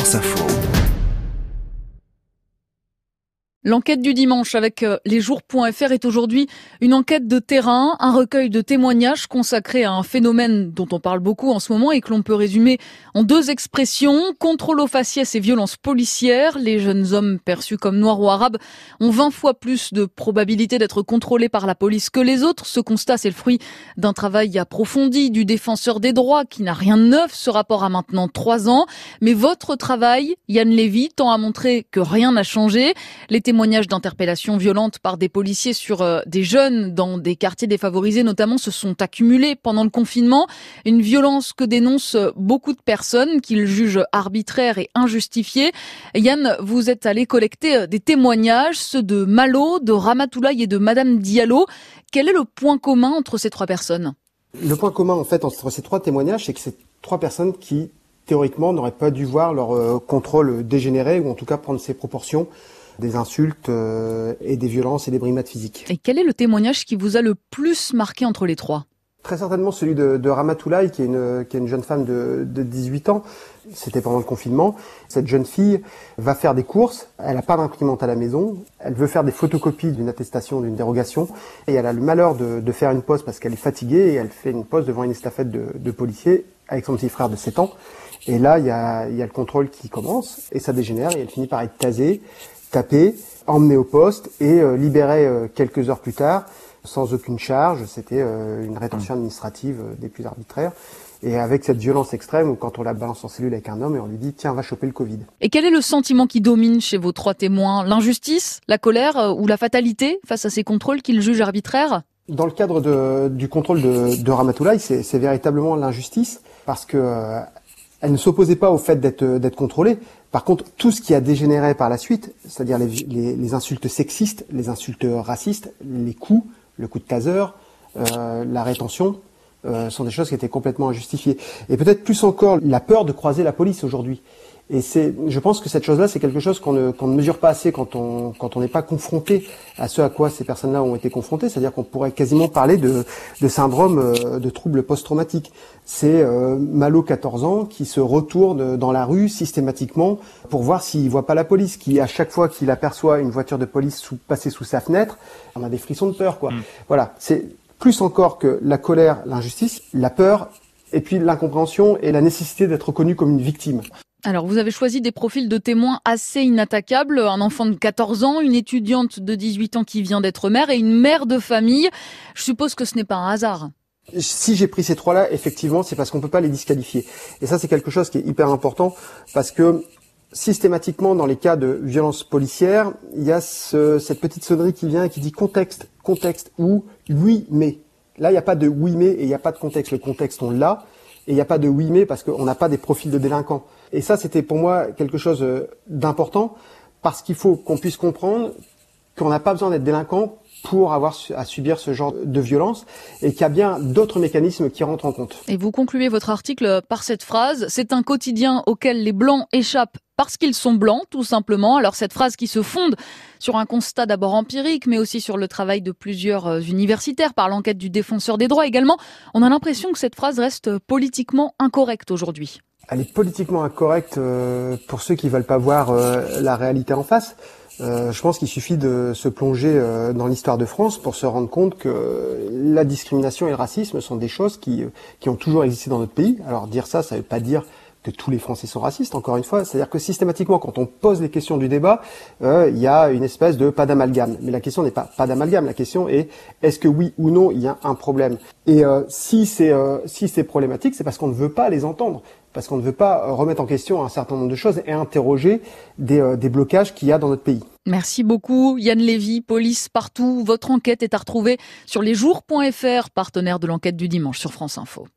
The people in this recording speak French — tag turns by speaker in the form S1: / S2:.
S1: France Info.
S2: L'enquête du dimanche avec lesjours.fr est aujourd'hui une enquête de terrain, un recueil de témoignages consacré à un phénomène dont on parle beaucoup en ce moment et que l'on peut résumer en deux expressions. Contrôle aux faciès et violences policières. Les jeunes hommes perçus comme noirs ou arabes ont 20 fois plus de probabilité d'être contrôlés par la police que les autres. Ce constat, c'est le fruit d'un travail approfondi du défenseur des droits qui n'a rien de neuf. Ce rapport a maintenant 3 ans. Mais votre travail, Yann Lévy, tend à montrer que rien n'a changé. Les témoignages d'interpellations violentes par des policiers sur des jeunes dans des quartiers défavorisés notamment se sont accumulés pendant le confinement. Une violence que dénoncent beaucoup de personnes qu'ils jugent arbitraire et injustifiée. Yann, vous êtes allé collecter des témoignages, ceux de Malo, de Ramatoulaye et de Madame Diallo. Quel est le point commun entre ces trois personnes ?
S3: Le point commun en fait entre ces trois témoignages, c'est que c'est trois personnes qui théoriquement n'auraient pas dû voir leur contrôle dégénérer ou en tout cas prendre ses proportions. Des insultes et des violences et des brimades physiques.
S2: Et quel est le témoignage qui vous a le plus marqué entre les trois ?
S3: Très certainement celui de Ramatoulaye, qui est une jeune femme de 18 ans. C'était pendant le confinement. Cette jeune fille va faire des courses. Elle n'a pas d'imprimante à la maison. Elle veut faire des photocopies d'une attestation, d'une dérogation. Et elle a le malheur de faire une pause parce qu'elle est fatiguée et elle fait une pause devant une estafette de policiers avec son petit frère de 7 ans. Et là, il y a le contrôle qui commence et ça dégénère et elle finit par être tasée, tapé, emmené au poste et libéré quelques heures plus tard, sans aucune charge. C'était une rétention administrative des plus arbitraires. Et avec cette violence extrême où quand on la balance en cellule avec un homme et on lui dit « tiens, va choper le Covid ».
S2: Et quel est le sentiment qui domine chez vos trois témoins ? L'injustice, la colère ou la fatalité face à ces contrôles qu'ils jugent arbitraires ?
S3: Dans le cadre du contrôle de Ramatoulaye, c'est véritablement l'injustice parce que elle ne s'opposait pas au fait d'être contrôlée. Par contre, tout ce qui a dégénéré par la suite, c'est-à-dire les insultes sexistes, les insultes racistes, les coups, le coup de taser, la rétention, sont des choses qui étaient complètement injustifiées. Et peut-être plus encore, la peur de croiser la police aujourd'hui. Et je pense que cette chose-là, c'est quelque chose qu'on ne mesure pas assez quand on n'est pas confronté à ce à quoi ces personnes-là ont été confrontées. C'est-à-dire qu'on pourrait quasiment parler de syndrome de troubles post-traumatiques. C'est Malo, 14 ans, qui se retourne dans la rue systématiquement pour voir s'il voit pas la police, qui à chaque fois qu'il aperçoit une voiture de police passer sous sa fenêtre, on a des frissons de peur, quoi. Voilà. C'est plus encore que la colère, l'injustice, la peur, et puis l'incompréhension et la nécessité d'être reconnu comme une victime.
S2: Alors, vous avez choisi des profils de témoins assez inattaquables. Un enfant de 14 ans, une étudiante de 18 ans qui vient d'être mère et une mère de famille. Je suppose que ce n'est pas un hasard.
S3: Si j'ai pris ces trois-là, effectivement, c'est parce qu'on peut pas les disqualifier. Et ça, c'est quelque chose qui est hyper important parce que systématiquement, dans les cas de violence policière, il y a cette petite sonnerie qui vient et qui dit contexte ou oui, mais. Là, il n'y a pas de oui, mais et il n'y a pas de contexte. Le contexte, on l'a. Et il n'y a pas de oui mais parce qu'on n'a pas des profils de délinquants. Et ça, c'était pour moi quelque chose d'important parce qu'il faut qu'on puisse comprendre qu'on n'a pas besoin d'être délinquant pour avoir à subir ce genre de violence et qu'il y a bien d'autres mécanismes qui rentrent en compte.
S2: Et vous concluez votre article par cette phrase « C'est un quotidien auquel les Blancs échappent parce qu'ils sont blancs, tout simplement ». Alors cette phrase qui se fonde sur un constat d'abord empirique, mais aussi sur le travail de plusieurs universitaires, par l'enquête du défenseur des droits également, on a l'impression que cette phrase reste politiquement incorrecte aujourd'hui.
S3: Elle est politiquement incorrecte pour ceux qui veulent pas voir la réalité en face. Je pense qu'il suffit de se plonger dans l'histoire de France pour se rendre compte que la discrimination et le racisme sont des choses qui ont toujours existé dans notre pays. Alors dire ça, ça veut pas dire que tous les Français sont racistes, encore une fois. C'est-à-dire que systématiquement, quand on pose les questions du débat, il y a une espèce de pas d'amalgame. Mais la question n'est pas d'amalgame. La question est, est-ce que oui ou non, il y a un problème ? Et si c'est problématique, c'est parce qu'on ne veut pas les entendre. Parce qu'on ne veut pas remettre en question un certain nombre de choses et interroger des blocages qu'il y a dans notre pays.
S2: Merci beaucoup Yann Lévy, Police Partout. Votre enquête est à retrouver sur lesjours.fr, partenaire de l'enquête du dimanche sur France Info.